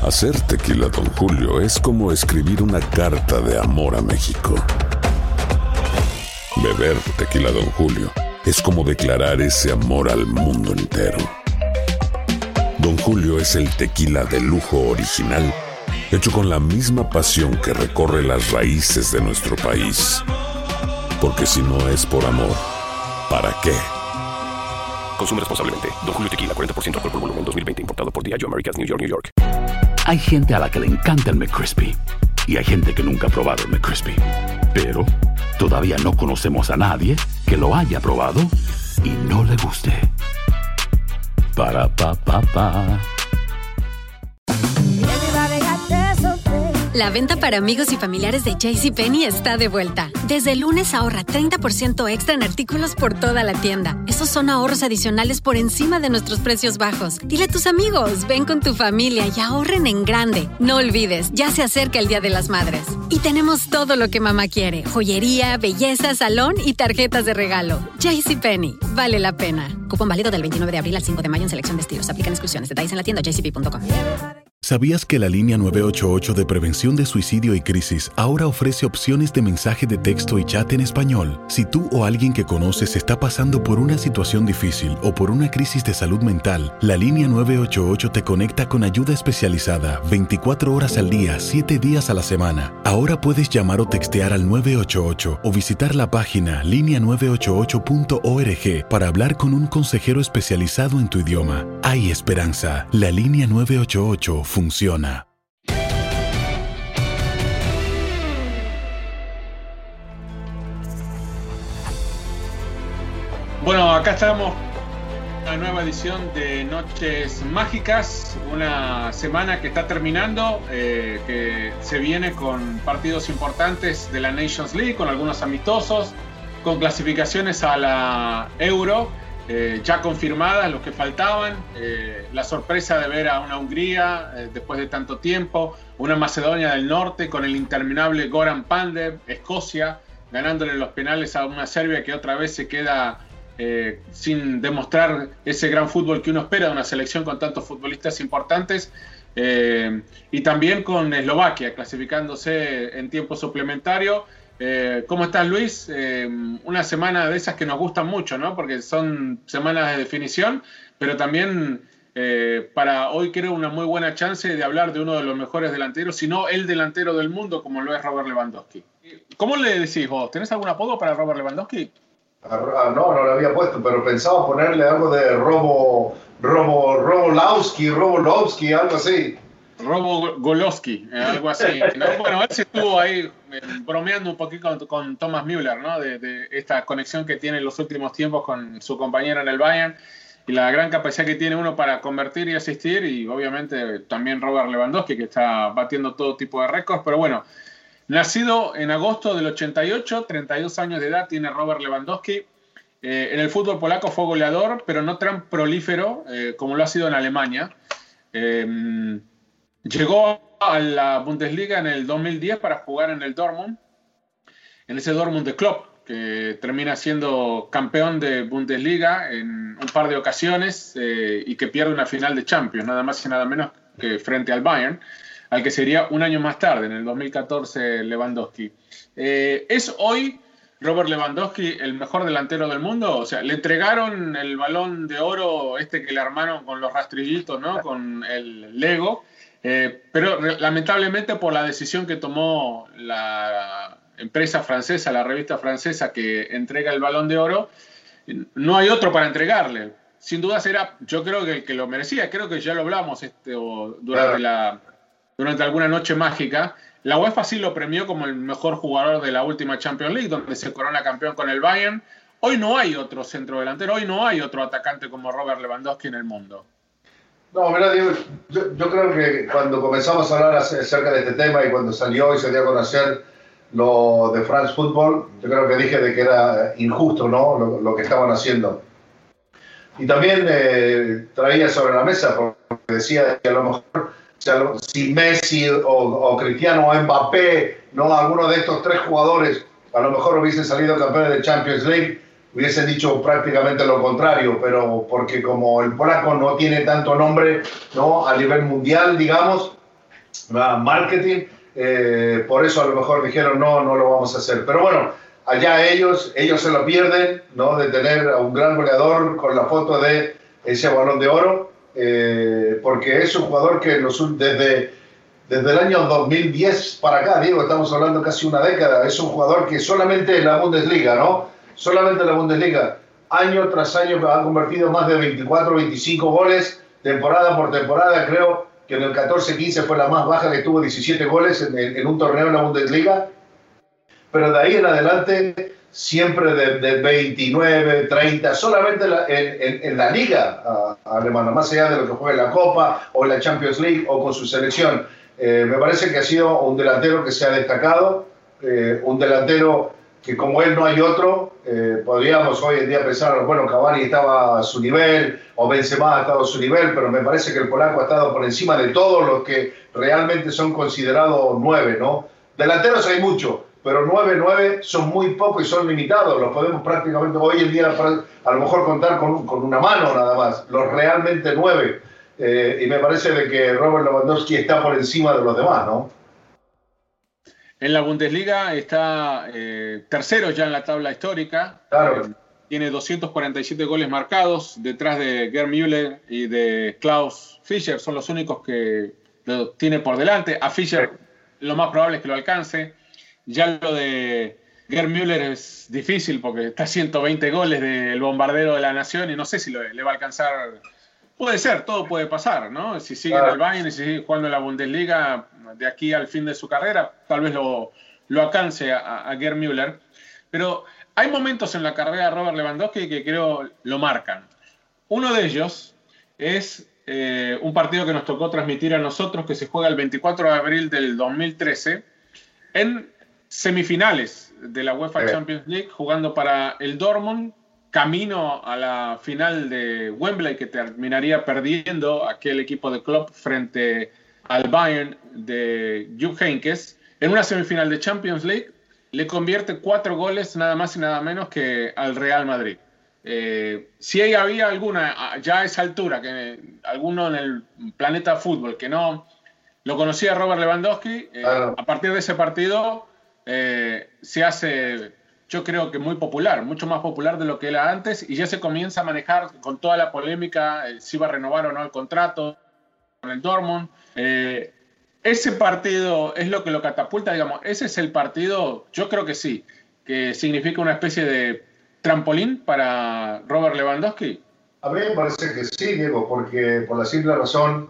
Hacer tequila Don Julio es como escribir una carta de amor a México. Beber tequila Don Julio es como declarar ese amor al mundo entero. Don Julio es el tequila de lujo original, hecho con la misma pasión que recorre las raíces de nuestro país. Porque si no es por amor, ¿para qué? Consume responsablemente. Don Julio Tequila, 40% alcohol por volumen, 2020. Importado por Diageo Americas, New York, New York. Hay gente a la que le encanta el McCrispy y hay gente que nunca ha probado el McCrispy. Pero todavía no conocemos a nadie que lo haya probado y no le guste. Para pa pa pa. La venta para amigos y familiares de JCPenney está de vuelta. Desde el lunes ahorra 30% extra en artículos por toda la tienda. Esos son ahorros adicionales por encima de nuestros precios bajos. Dile a tus amigos, ven con tu familia y ahorren en grande. No olvides, ya se acerca el Día de las Madres. Y tenemos todo lo que mamá quiere. Joyería, belleza, salón y tarjetas de regalo. JCPenney, vale la pena. Cupón válido del 29 de abril al 5 de mayo en selección de estilos. Aplican exclusiones. Detalles en la tienda jcp.com. ¿Sabías que la línea 988 de prevención de suicidio y crisis ahora ofrece opciones de mensaje de texto y chat en español? Si tú o alguien que conoces está pasando por una situación difícil o por una crisis de salud mental, la línea 988 te conecta con ayuda especializada 24 horas al día, 7 días a la semana. Ahora puedes llamar o textear al 988 o visitar la página linea988.org para hablar con un consejero especializado en tu idioma. Hay esperanza. La línea 988 funciona. Bueno, acá estamos en una nueva edición de Noches Mágicas, una semana que está terminando, que se viene con partidos importantes de la Nations League, con algunos amistosos, con clasificaciones a la Euro, ya confirmadas, los que faltaban, la sorpresa de ver a una Hungría después de tanto tiempo, una Macedonia del Norte con el interminable Goran Pandev, Escocia ganándole los penales a una Serbia que otra vez se queda sin demostrar ese gran fútbol que uno espera de una selección con tantos futbolistas importantes, y también con Eslovaquia clasificándose en tiempo suplementario. ¿Cómo estás, Luis? Una semana de esas que nos gustan mucho, ¿no? Porque son semanas de definición, pero también para hoy creo una muy buena chance de hablar de uno de los mejores delanteros, si no el delantero del mundo, como lo es Robert Lewandowski. ¿Cómo le decís vos? ¿Tenés algún apodo para Robert Lewandowski? No lo había puesto, pero pensaba ponerle algo de Robolowski, algo así. Robogolowski, algo así, ¿no? Bueno, él se estuvo ahí bromeando un poquito con Thomas Müller, ¿no? De esta conexión que tiene en los últimos tiempos con su compañero en el Bayern y la gran capacidad que tiene uno para convertir y asistir, y obviamente también Robert Lewandowski, que está batiendo todo tipo de récords. Pero bueno, nacido en agosto del 88, 32 años de edad tiene Robert Lewandowski. En el fútbol polaco fue goleador, pero no tan prolífero como lo ha sido en Alemania. Llegó a la Bundesliga en el 2010 para jugar en el Dortmund, en ese Dortmund de Klopp, que termina siendo campeón de Bundesliga en un par de ocasiones y que pierde una final de Champions, nada más y nada menos que frente al Bayern, al que sería un año más tarde, en el 2014, Lewandowski. ¿Es hoy Robert Lewandowski el mejor delantero del mundo? O sea, le entregaron el Balón de Oro que le armaron con los rastrillitos, ¿no? Con el Lego. Pero lamentablemente por la decisión que tomó la empresa francesa, la revista francesa que entrega el Balón de Oro, no hay otro para entregarle. Sin duda yo creo que el que lo merecía. Creo que ya lo hablamos durante alguna noche mágica. La UEFA sí lo premió como el mejor jugador de la última Champions League, donde se corona campeón con el Bayern. Hoy no hay otro centrodelantero, hoy no hay otro atacante como Robert Lewandowski en el mundo. No, mira, Diego, yo creo que cuando comenzamos a hablar acerca de este tema y cuando salió y se dio a conocer lo de France Football, yo creo que dije de que era injusto, ¿no? Lo que estaban haciendo. Y también traía sobre la mesa, porque decía que a lo mejor si Messi o Cristiano o Mbappé, ¿no? Alguno de estos tres jugadores a lo mejor hubiesen salido campeones de Champions League, hubiesen dicho prácticamente lo contrario, pero porque como el polaco no tiene tanto nombre, ¿no? A nivel mundial, digamos, marketing, por eso a lo mejor dijeron no lo vamos a hacer. Pero bueno, allá ellos se lo pierden, ¿no? De tener a un gran goleador con la foto de ese Balón de Oro, porque es un jugador que desde el año 2010 para acá, Diego, estamos hablando casi una década, es un jugador que solamente en la Bundesliga, ¿no? Solamente en la Bundesliga, año tras año ha convertido más de 24, 25 goles, temporada por temporada. Creo que en el 14-15 fue la más baja, que tuvo 17 goles en un torneo en la Bundesliga. Pero de ahí en adelante, siempre de 29, 30, solamente en la liga alemana, más allá de lo que juega en la Copa o en la Champions League o con su selección. Me parece que ha sido un delantero que se ha destacado, un delantero que como él no hay otro. Podríamos hoy en día pensar, bueno, Cavani estaba a su nivel, o Benzema ha estado a su nivel, pero me parece que el polaco ha estado por encima de todos los que realmente son considerados 9, ¿no? Delanteros hay mucho, pero 9 son muy pocos y son limitados. Los podemos prácticamente hoy en día a lo mejor contar con una mano nada más, los realmente 9. Y me parece de que Robert Lewandowski está por encima de los demás, ¿no? En la Bundesliga está tercero ya en la tabla histórica. Claro. Tiene 247 goles marcados, detrás de Gerd Müller y de Klaus Fischer. Son los únicos que lo tiene por delante. A Fischer lo más probable es que lo alcance. Ya lo de Gerd Müller es difícil porque está a 120 goles del bombardero de la nación y no sé si le va a alcanzar. Puede ser, todo puede pasar, ¿no? Si sigue en el Bayern y si sigue jugando en la Bundesliga de aquí al fin de su carrera, tal vez lo alcance a Gerd Müller. Pero hay momentos en la carrera de Robert Lewandowski que creo lo marcan. Uno de ellos es un partido que nos tocó transmitir a nosotros, que se juega el 24 de abril del 2013, en semifinales de la UEFA Champions League, jugando para el Dortmund, camino a la final de Wembley, que terminaría perdiendo aquel equipo de Klopp frente al Bayern de Jupp Heynckes. En una semifinal de Champions League le convierte 4 goles nada más y nada menos que al Real Madrid. Si había alguna, ya a esa altura, que alguno en el planeta fútbol que no lo conocía Robert Lewandowski, a partir de ese partido se hace, yo creo que muy popular, mucho más popular de lo que era antes, y ya se comienza a manejar con toda la polémica, si iba a renovar o no el contrato con el Dortmund. Ese partido es lo que lo catapulta, digamos, ese es el partido, yo creo que sí, que significa una especie de trampolín para Robert Lewandowski. A mí me parece que sí, Diego, porque por la simple razón,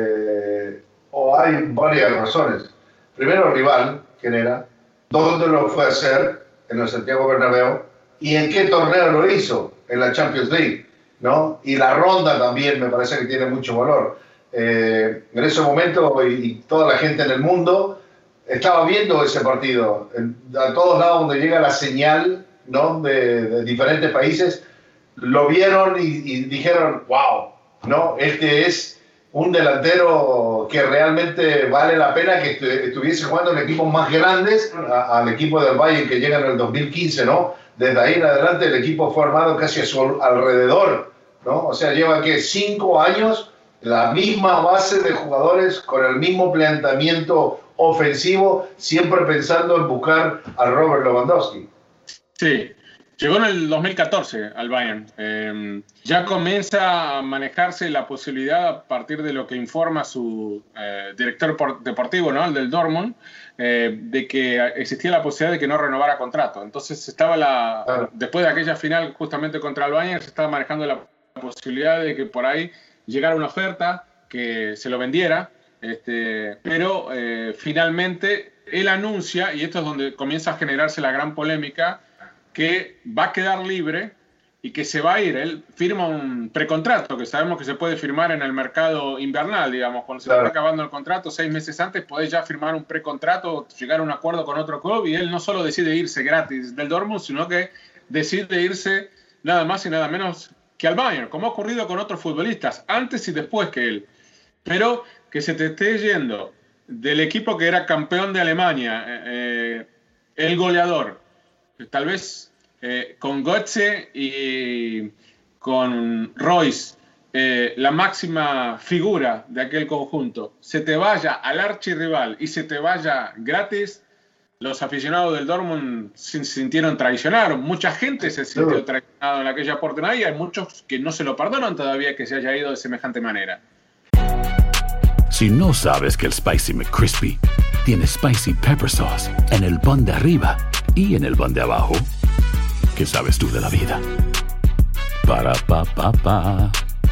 o hay varias razones. Primero, el rival, ¿quién era? ¿Dónde lo fue a hacer? En el Santiago Bernabéu. ¿Y en qué torneo lo hizo? En la Champions League, ¿no? Y la ronda también me parece que tiene mucho valor. En ese momento, y toda la gente en el mundo estaba viendo ese partido. A todos lados donde llega la señal, ¿no? de diferentes países, lo vieron y dijeron, wow, ¿no? Este es un delantero que realmente vale la pena que estuviese jugando en equipos más grandes al equipo del Bayern que llega en el 2015, ¿no? Desde ahí en adelante el equipo fue armado casi a su alrededor, ¿no? O sea, lleva que 5 años la misma base de jugadores con el mismo planteamiento ofensivo, siempre pensando en buscar a Robert Lewandowski. Sí, llegó en el 2014 al Bayern. Ya comienza a manejarse la posibilidad, a partir de lo que informa su director deportivo, ¿no? El del Dortmund, de que existía la posibilidad de que no renovara contrato. Entonces después de aquella final justamente contra el Bayern, se estaba manejando la posibilidad de que por ahí llegara una oferta que se lo vendiera, pero finalmente él anuncia, y esto es donde comienza a generarse la gran polémica, que va a quedar libre y que se va a ir. Él firma un precontrato, que sabemos que se puede firmar en el mercado invernal, digamos, cuando se está acabando el contrato, 6 meses antes podés ya firmar un precontrato, llegar a un acuerdo con otro club, y él no solo decide irse gratis del Dortmund, sino que decide irse nada más y nada menos que al Bayern, como ha ocurrido con otros futbolistas, antes y después que él. Pero que se te esté yendo del equipo que era campeón de Alemania, el goleador, tal vez con Götze y con Royce, la máxima figura de aquel conjunto se te vaya al archirrival y se te vaya gratis, los aficionados del Dortmund se sintieron traicionados. Mucha gente se sintió traicionado en aquella oportunidad y hay muchos que no se lo perdonan todavía que se haya ido de semejante manera. Si no sabes que el Spicy McCrispy tiene Spicy Pepper Sauce en el pan de arriba y en el pan de abajo, ¿qué sabes tú de la vida? Para, pa, pa, pa.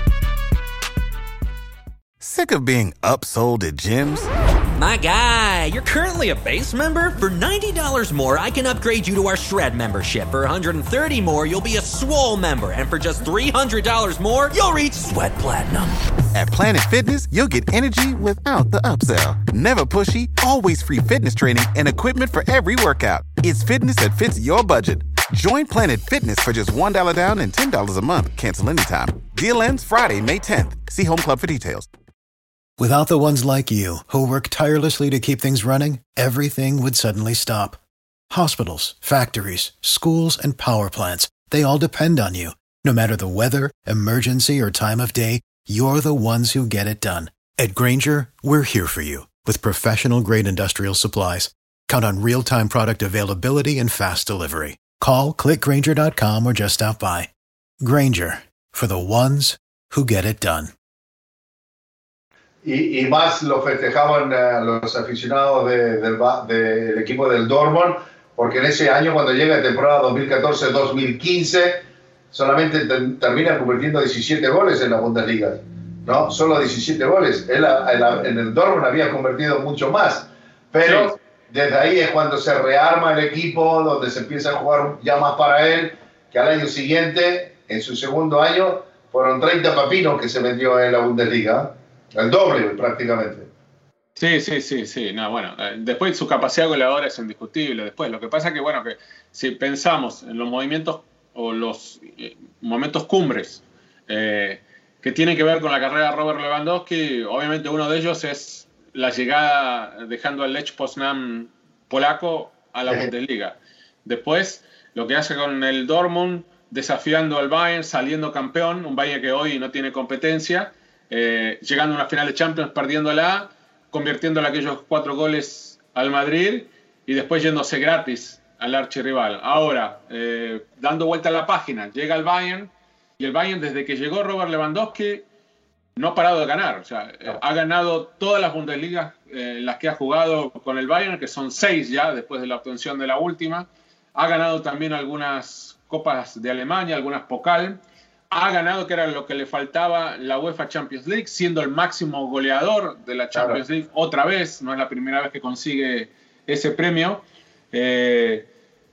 Sick of being upsold at gyms? My guy, you're currently a base member? For $90 more, I can upgrade you to our Shred membership. For $130 more, you'll be a Swole member. And for just $300 more, you'll reach Sweat Platinum. At Planet Fitness, you'll get energy without the upsell. Never pushy, always free fitness training and equipment for every workout. It's fitness that fits your budget. Join Planet Fitness for just $1 down and $10 a month. Cancel anytime. Deal ends Friday, May 10th. See Home Club for details. Without the ones like you, who work tirelessly to keep things running, everything would suddenly stop. Hospitals, factories, schools, and power plants, they all depend on you. No matter the weather, emergency, or time of day, you're the ones who get it done. At Grainger, we're here for you with professional-grade industrial supplies. Count on real-time product availability and fast delivery. Call, click Grainger.com, or just stop by. Grainger, for the ones who get it done. Y más lo festejaban los aficionados del equipo del Dortmund, porque en ese año, cuando llega la temporada 2014-2015, solamente termina convirtiendo 17 goles en la Bundesliga, ¿no? Solo 17 goles. Él en el Dortmund había convertido mucho más, pero sí, desde ahí es cuando se rearma el equipo, donde se empieza a jugar ya más para él, que al año siguiente, en su segundo año, fueron 30 papinos que se metió en la Bundesliga. El doble, prácticamente. Sí. No, bueno, después su capacidad goleadora es indiscutible. Después, lo que pasa es que, bueno, que si pensamos en los movimientos o los momentos cumbres que tienen que ver con la carrera de Robert Lewandowski, obviamente uno de ellos es la llegada dejando al Lech Poznan polaco a la Bundesliga. Después, lo que hace con el Dortmund, desafiando al Bayern, saliendo campeón, un Bayern que hoy no tiene competencia, llegando a una final de Champions, perdiéndola, convirtiéndola aquellos 4 goles al Madrid y después yéndose gratis al archirrival. Ahora, dando vuelta a la página, llega el Bayern y el Bayern, desde que llegó Robert Lewandowski, no ha parado de ganar. O sea, ha ganado todas las Bundesligas en las que ha jugado con el Bayern, que son 6 ya después de la obtención de la última. Ha ganado también algunas copas de Alemania, algunas Pokal. Ha ganado, que era lo que le faltaba, la UEFA Champions League, siendo el máximo goleador de la Champions League otra vez. No es la primera vez que consigue ese premio. ¿Qué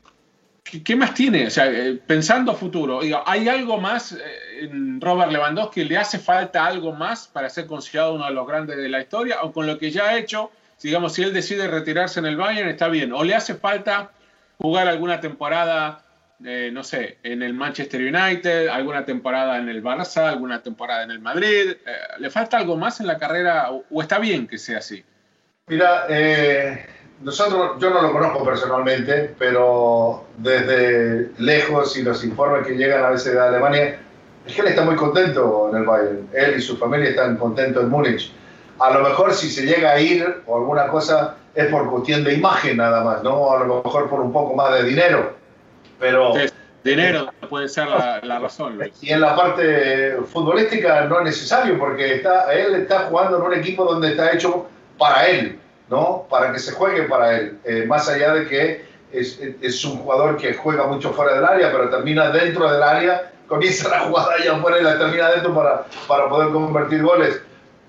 más tiene? O sea, pensando a futuro, ¿hay algo más en Robert Lewandowski? ¿Le hace falta algo más para ser considerado uno de los grandes de la historia? ¿O con lo que ya ha hecho, digamos, si él decide retirarse en el Bayern, está bien? ¿O le hace falta jugar alguna temporada, no sé, en el Manchester United, alguna temporada en el Barça, alguna temporada en el Madrid? ¿Le falta algo más en la carrera o está bien que sea así? Mira, yo no lo conozco personalmente, pero desde lejos y los informes que llegan a veces de Alemania, es que él está muy contento en el Bayern. Él y su familia están contentos en Múnich. A lo mejor si se llega a ir o alguna cosa es por cuestión de imagen nada más, ¿no? A lo mejor por un poco más de dinero. Pero dinero puede ser la razón, Luis. Y en la parte futbolística no es necesario, porque él está jugando en un equipo donde está hecho para él, ¿no? Para que se juegue para él. Más allá de que es un jugador que juega mucho fuera del área, pero termina dentro del área, comienza la jugada allá afuera y la termina dentro para poder convertir goles.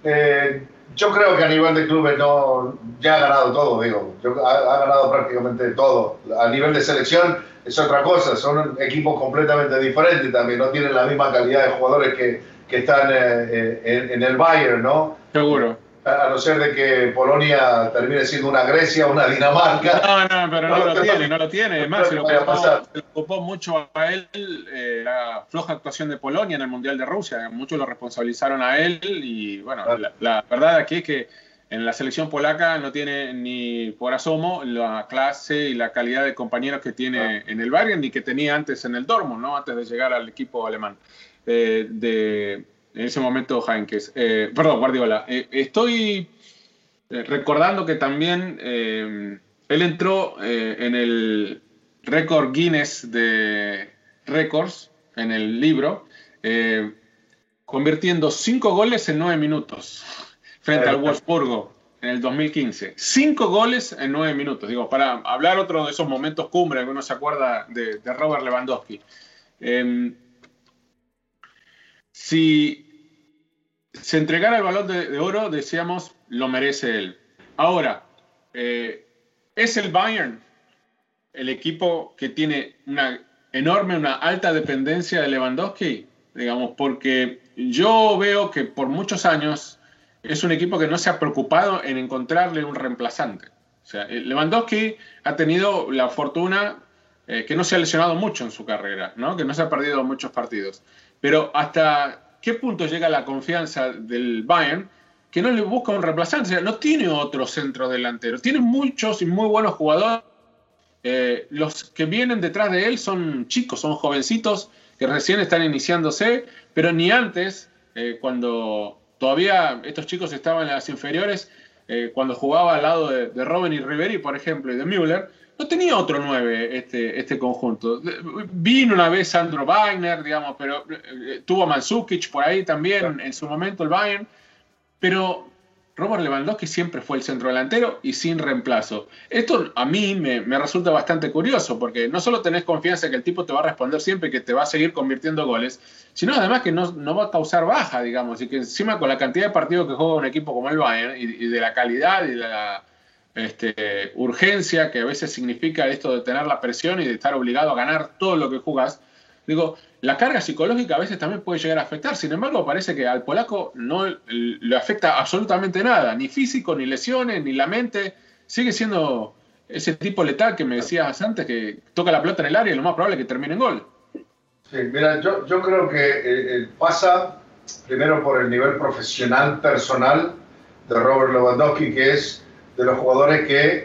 Yo creo que a nivel de clubes ya ha ganado todo, ha ganado prácticamente todo. A nivel de selección es otra cosa, son equipos completamente diferentes también, no tienen la misma calidad de jugadores que están en el Bayern, ¿no? Seguro. A no ser de que Polonia termine siendo una Grecia o una Dinamarca. No, pero no lo tiene. Además, se le ocupó mucho a él la floja actuación de Polonia en el Mundial de Rusia. Muchos lo responsabilizaron a él y, bueno, la verdad aquí es que en la selección polaca no tiene ni por asomo la clase y la calidad de compañeros que tiene en el Bayern ni que tenía antes en el Dortmund, ¿no? Antes de llegar al equipo alemán. en ese momento Heinkes, Guardiola. Estoy recordando que también él entró en el récord Guinness de récords, en el libro, convirtiendo 5 goles en 9 minutos frente al Wolfsburgo en el 2015. 5 goles en 9 minutos. Digo, para hablar otro de esos momentos cumbre que uno se acuerda de Robert Lewandowski. Si se entregara el Balón de Oro, decíamos, lo merece él. Ahora, ¿es el Bayern el equipo que tiene una alta dependencia de Lewandowski? Digamos, porque yo veo que por muchos años es un equipo que no se ha preocupado en encontrarle un reemplazante. O sea, Lewandowski ha tenido la fortuna que no se ha lesionado mucho en su carrera, ¿no? Que no se ha perdido muchos partidos. Pero ¿hasta qué punto llega la confianza del Bayern que no le busca un reemplazante? O sea, no tiene otro centro delantero. Tiene muchos y muy buenos jugadores. Los que vienen detrás de él son chicos, son jovencitos que recién están iniciándose, pero ni antes, cuando todavía estos chicos estaban en las inferiores, cuando jugaba al lado de Robben y Ribéry, por ejemplo, y de Müller, no tenía otro 9 este conjunto. Vino una vez Sandro Wagner, digamos, pero tuvo a Mandzukic por ahí también en su momento el Bayern, pero Robert Lewandowski siempre fue el centro delantero y sin reemplazo. Esto a mí me resulta bastante curioso, porque no solo tenés confianza que el tipo te va a responder siempre y que te va a seguir convirtiendo goles, sino además que no va a causar baja, digamos, y que encima con la cantidad de partidos que juega un equipo como el Bayern y de la calidad y de la urgencia que a veces significa esto de tener la presión y de estar obligado a ganar todo lo que jugás, digo, la carga psicológica a veces también puede llegar a afectar. Sin embargo, parece que al polaco no le afecta absolutamente nada, ni físico, ni lesiones, ni la mente. Sigue siendo ese tipo letal que me decías antes, que toca la pelota en el área y lo más probable es que termine en gol. Sí, mira, yo creo que pasa primero por el nivel profesional, personal de Robert Lewandowski, que es de los jugadores que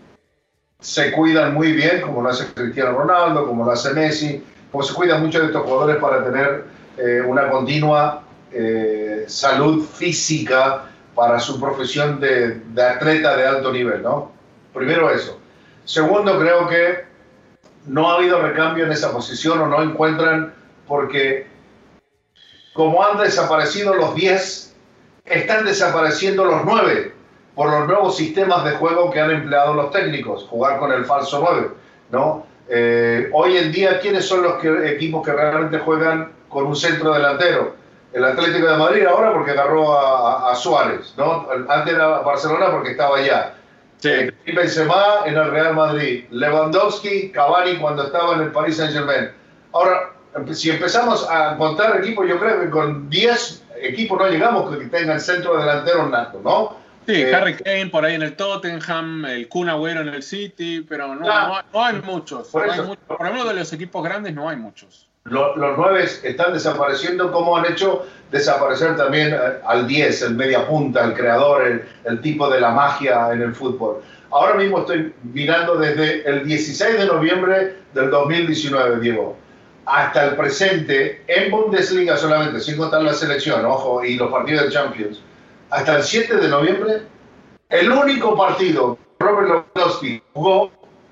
se cuidan muy bien, como lo hace Cristiano Ronaldo, como lo hace Messi, como se cuidan mucho de estos jugadores para tener una continua salud física para su profesión de atleta de alto nivel, ¿no? Primero eso. Segundo, creo que no ha habido recambio en esa posición o no encuentran, porque como han desaparecido los 10, están desapareciendo los 9 por los nuevos sistemas de juego que han empleado los técnicos, jugar con el falso 9, ¿no? Hoy en día, ¿quiénes son los equipos que realmente juegan con un centro delantero? El Atlético de Madrid ahora porque agarró a Suárez, ¿no? Antes era Barcelona porque estaba allá. Sí. Benzema en el Real Madrid, Lewandowski, Cavani cuando estaba en el Paris Saint-Germain. Ahora, si empezamos a contar equipos, yo creo que con 10 equipos no llegamos que tengan centro delantero nato, ¿no? Sí, Harry Kane por ahí en el Tottenham, el Kun Agüero en el City, pero no hay muchos. Por lo menos de los equipos grandes no hay muchos. Los 9 están desapareciendo, como han hecho desaparecer también al 10, el media punta, el creador, el tipo de la magia en el fútbol. Ahora mismo estoy mirando desde el 16 de noviembre del 2019, Diego, hasta el presente, en Bundesliga solamente, sin contar la selección, ojo, y los partidos de Champions. Hasta el 7 de noviembre, el único partido que Robert Lewandowski jugó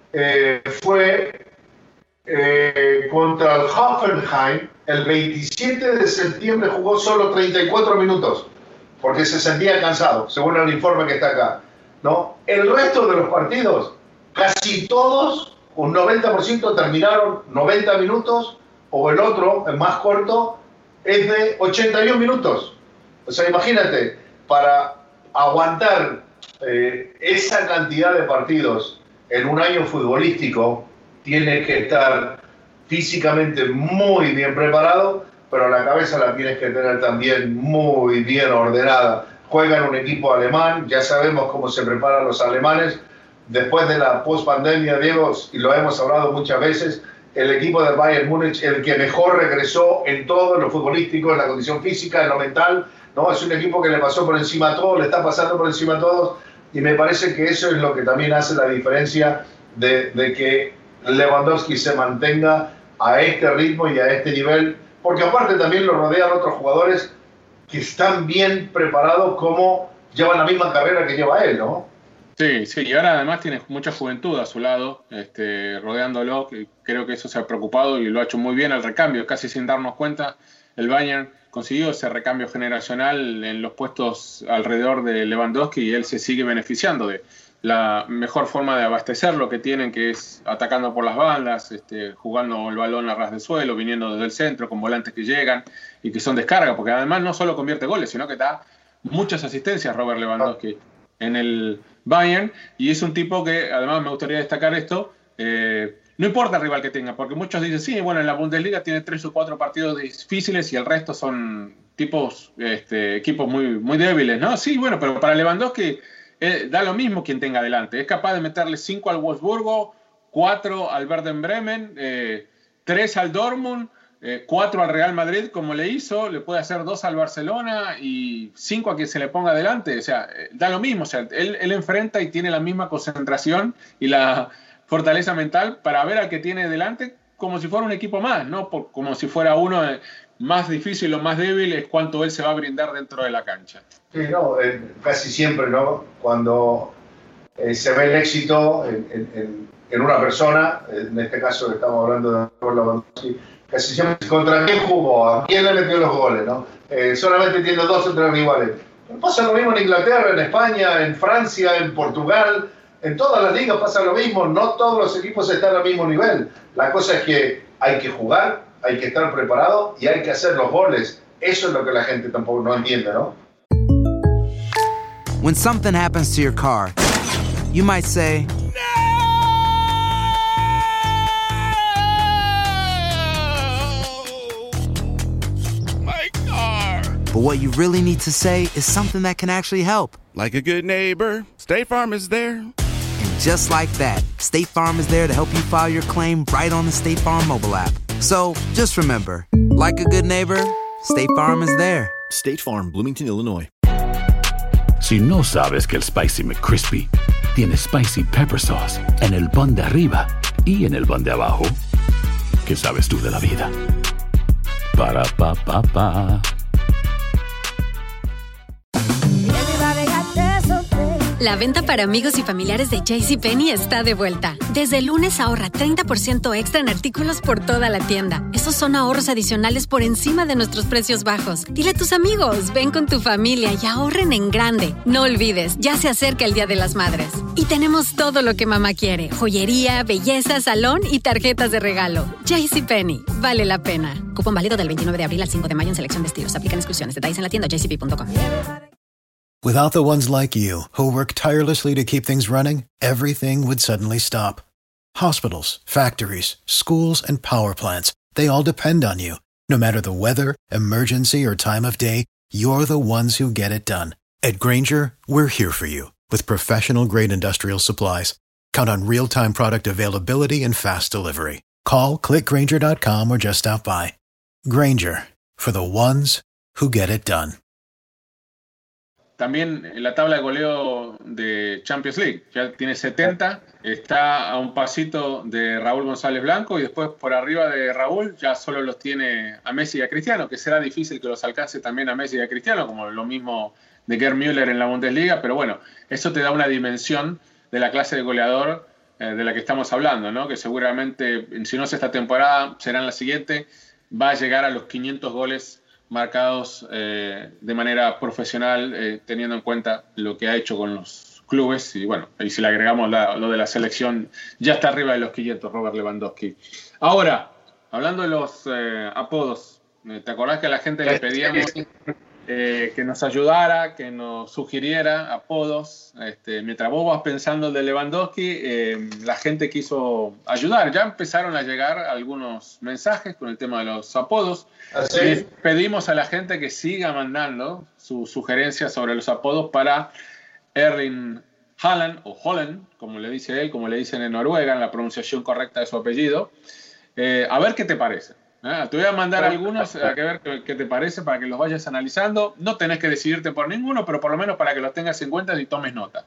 fue contra el Hoffenheim. El 27 de septiembre jugó solo 34 minutos, porque se sentía cansado, según el informe que está acá, ¿no? El resto de los partidos, casi todos, un 90% terminaron 90 minutos, o el otro, el más corto, es de 81 minutos. O sea, imagínate, para aguantar esa cantidad de partidos en un año futbolístico, tienes que estar físicamente muy bien preparado, pero la cabeza la tienes que tener también muy bien ordenada. Juega en un equipo alemán, ya sabemos cómo se preparan los alemanes. Después de la post-pandemia, Diego, y lo hemos hablado muchas veces, el equipo del Bayern Múnich, el que mejor regresó en todo, en lo futbolístico, en la condición física, en lo mental, ¿no? Es un equipo que le pasó por encima a todos, le está pasando por encima a todos, y me parece que eso es lo que también hace la diferencia de que Lewandowski se mantenga a este ritmo y a este nivel, porque aparte también lo rodean otros jugadores que están bien preparados como llevan la misma carrera que lleva él, ¿no? Sí, sí, y ahora además tiene mucha juventud a su lado, rodeándolo, que creo que eso se ha preocupado y lo ha hecho muy bien el recambio, casi sin darnos cuenta. El Bayern consiguió ese recambio generacional en los puestos alrededor de Lewandowski y él se sigue beneficiando de la mejor forma de abastecer lo que tienen, que es atacando por las bandas, jugando el balón a ras de suelo, viniendo desde el centro, con volantes que llegan y que son descarga, porque además no solo convierte goles, sino que da muchas asistencias Robert Lewandowski en el Bayern, y es un tipo que, además me gustaría destacar esto, no importa el rival que tenga, porque muchos dicen, sí, bueno, en la Bundesliga tiene 3 o 4 partidos difíciles y el resto son equipos muy, muy débiles, ¿no? Sí, bueno, pero para Lewandowski da lo mismo quien tenga adelante, es capaz de meterle 5 al Wolfsburgo, 4 al Werder Bremen, 3 al Dortmund, 4 al Real Madrid, como le hizo, le puede hacer 2 al Barcelona y 5 a quien se le ponga adelante. O sea, da lo mismo. O sea, él enfrenta y tiene la misma concentración y la fortaleza mental para ver al que tiene delante como si fuera un equipo más, ¿no? Como si fuera uno más difícil o más débil, es cuánto él se va a brindar dentro de la cancha. Sí, no, casi siempre, ¿no? Cuando se ve el éxito en una persona, en este caso estamos hablando de Lewandowski, casi siempre contra quién jugó, a quién le metió los goles, ¿no? Solamente tiene 2 o 3 rivales. Pero pasa lo mismo en Inglaterra, en España, en Francia, en Portugal, en todas las ligas pasa lo mismo. No todos los equipos están al mismo nivel. La cosa es que hay que jugar, hay que estar preparado y hay que hacer los goles. Eso es lo que la gente tampoco no entiende, ¿no? When something happens to your car, you might say, but what you really need to say is something that can actually help. Like a good neighbor, State Farm is there. And just like that, State Farm is there to help you file your claim right on the State Farm mobile app. So just remember, like a good neighbor, State Farm is there. State Farm, Bloomington, Illinois. Si no sabes que el Spicy McCrispy tiene Spicy Pepper Sauce en el pan de arriba y en el pan de abajo, ¿qué sabes tú de la vida? Para, pa, pa, pa. La venta para amigos y familiares de JCPenney está de vuelta. Desde el lunes ahorra 30% extra en artículos por toda la tienda. Esos son ahorros adicionales por encima de nuestros precios bajos. Dile a tus amigos, ven con tu familia y ahorren en grande. No olvides, ya se acerca el Día de las Madres. Y tenemos todo lo que mamá quiere. Joyería, belleza, salón y tarjetas de regalo. JCPenney, vale la pena. Cupón válido del 29 de abril al 5 de mayo en selección de estilos. Aplican exclusiones. Detalles en la tienda jcp.com. Without the ones like you, who work tirelessly to keep things running, everything would suddenly stop. Hospitals, factories, schools, and power plants, they all depend on you. No matter the weather, emergency, or time of day, you're the ones who get it done. At Grainger, we're here for you with professional-grade industrial supplies. Count on real-time product availability and fast delivery. Call, click Grainger.com, or just stop by. Grainger, for the ones who get it done. También en la tabla de goleo de Champions League, ya tiene 70, está a un pasito de Raúl González Blanco y después por arriba de Raúl ya solo los tiene a Messi y a Cristiano, que será difícil que los alcance también a Messi y a Cristiano, como lo mismo de Gerd Müller en la Bundesliga, pero bueno, eso te da una dimensión de la clase de goleador de la que estamos hablando, ¿no? Que seguramente, si no es esta temporada, será en la siguiente, va a llegar a los 500 goles marcados de manera profesional, teniendo en cuenta lo que ha hecho con los clubes. Y bueno, y si le agregamos lo de la selección, ya está arriba de los 500 Robert Lewandowski. Ahora, hablando de los apodos, ¿te acordás que a la gente le pedíamos que nos ayudara, que nos sugiriera apodos? Mientras vos vas pensando el de Lewandowski, la gente quiso ayudar. Ya empezaron a llegar algunos mensajes con el tema de los apodos. Les pedimos a la gente que siga mandando sus sugerencias sobre los apodos para Erling Haaland, o Holland, como le dice él, como le dicen en Noruega, en la pronunciación correcta de su apellido. A ver qué te parece. Te voy a mandar algunos a ver qué te parece para que los vayas analizando. No tenés que decidirte por ninguno, pero por lo menos para que los tengas en cuenta y tomes nota.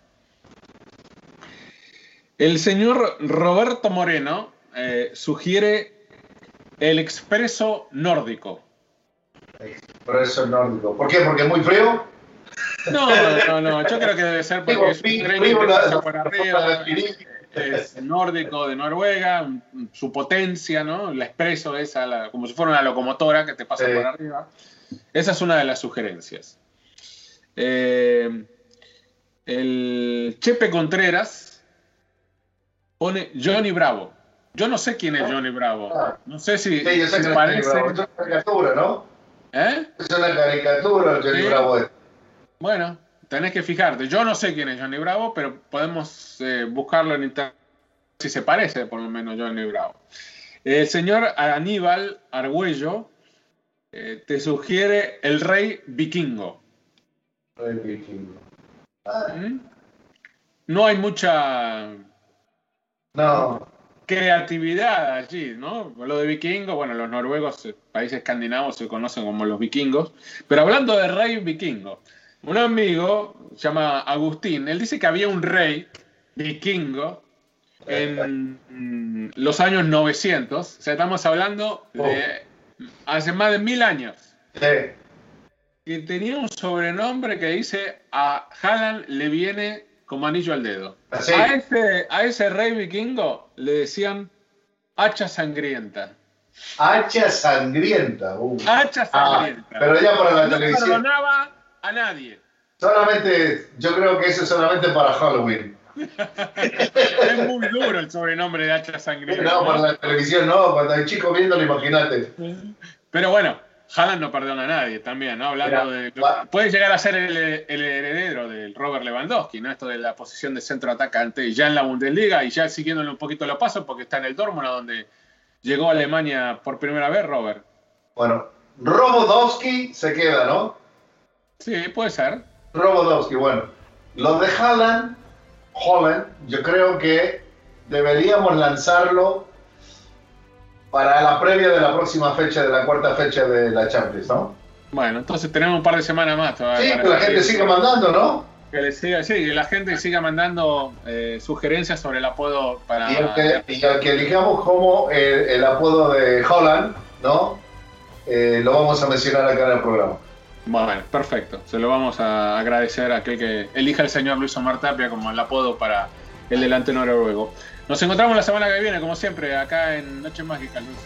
El señor Roberto Moreno sugiere el expreso nórdico. Expreso nórdico. ¿Por qué? ¿Porque es muy frío? No, yo creo que debe ser porque es un tren que pasa por arriba, es nórdico de Noruega, su potencia, ¿no? La expreso esa, como si fuera una locomotora que te pasa por arriba. Esa es una de las sugerencias. El Chepe Contreras pone Johnny Bravo. Yo no sé quién es Johnny Bravo. No sé si se parece. Es una caricatura, ¿no? Es una caricatura Johnny Bravo. Bueno, tenés que fijarte. Yo no sé quién es Johnny Bravo, pero podemos buscarlo en internet si se parece, por lo menos, Johnny Bravo. El señor Aníbal Argüello te sugiere el rey vikingo. Rey vikingo. No hay mucha creatividad allí, ¿no? Lo de vikingo, bueno, los noruegos, países escandinavos se conocen como los vikingos. Pero hablando de rey vikingo, un amigo, se llama Agustín, él dice que había un rey vikingo en los años 900, o sea, estamos hablando de hace más de 1000 años. Y tenía un sobrenombre que dice: a Haaland le viene como anillo al dedo. ¿Sí? A ese rey vikingo le decían hacha sangrienta. Hacha sangrienta. Hacha sangrienta. Pero ya para la televisión. No perdonaba a nadie. Solamente, yo creo que eso es solamente para Halloween. Es muy duro el sobrenombre de hacha sangrienta. No, para la televisión no, cuando hay chicos viéndolo, imagínate. Pero bueno, Haaland no perdona a nadie también, ¿no? Hablando puede llegar a ser el heredero del Robert Lewandowski, ¿no? Esto de la posición de centro atacante ya en la Bundesliga y ya siguiéndole un poquito los pasos porque está en el Dortmund, donde llegó a Alemania por primera vez, Robert. Bueno, Robodowski se queda, ¿no? Sí, puede ser. Robodowski, bueno. Los de Haaland, yo creo que deberíamos lanzarlo para la previa de la próxima fecha, de la cuarta fecha de la Champions, ¿no? Bueno, entonces tenemos un par de semanas más todavía. Sí, que la gente siga mandando, ¿no? Que la gente siga mandando sugerencias sobre el apodo para... Y al que elijamos como el apodo de Haaland, ¿no? Lo vamos a mencionar acá en el programa. Bueno, perfecto. Se lo vamos a agradecer a aquel que elija el señor Luis Omar Tapia como el apodo para el delantero noruego. Nos encontramos la semana que viene, como siempre, acá en Noches Mágicas, Luis.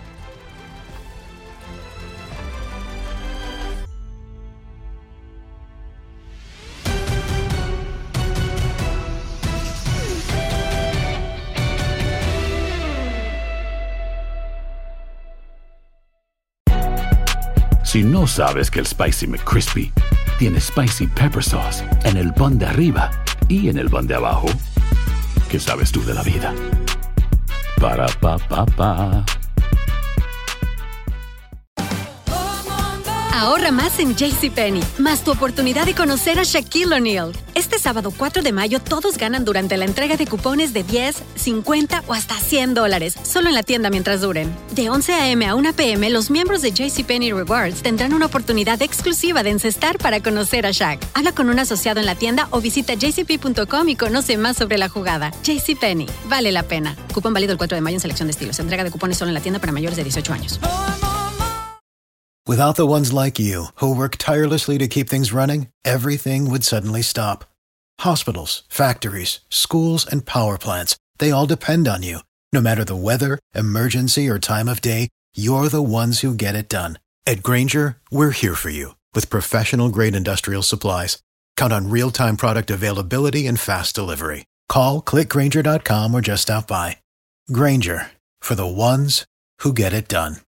Si no sabes que el Spicy McCrispy tiene Spicy Pepper Sauce en el pan de arriba y en el pan de abajo, ¿qué sabes tú de la vida? Para, pa, pa, pa. Ahorra más en JCPenney, más tu oportunidad de conocer a Shaquille O'Neal. Este sábado 4 de mayo todos ganan durante la entrega de cupones de 10, 50 o hasta $100, solo en la tienda mientras duren. De 11 a.m. a 1 p.m., los miembros de JCPenney Rewards tendrán una oportunidad exclusiva de encestar para conocer a Shaq. Habla con un asociado en la tienda o visita jcp.com y conoce más sobre la jugada. JCPenney, vale la pena. Cupón válido el 4 de mayo en selección de estilos. Entrega de cupones solo en la tienda para mayores de 18 años. Without the ones like you, who work tirelessly to keep things running, everything would suddenly stop. Hospitals, factories, schools, and power plants, they all depend on you. No matter the weather, emergency, or time of day, you're the ones who get it done. At Grainger, we're here for you with professional-grade industrial supplies. Count on real-time product availability and fast delivery. Call, click Grainger.com, or just stop by. Grainger, for the ones who get it done.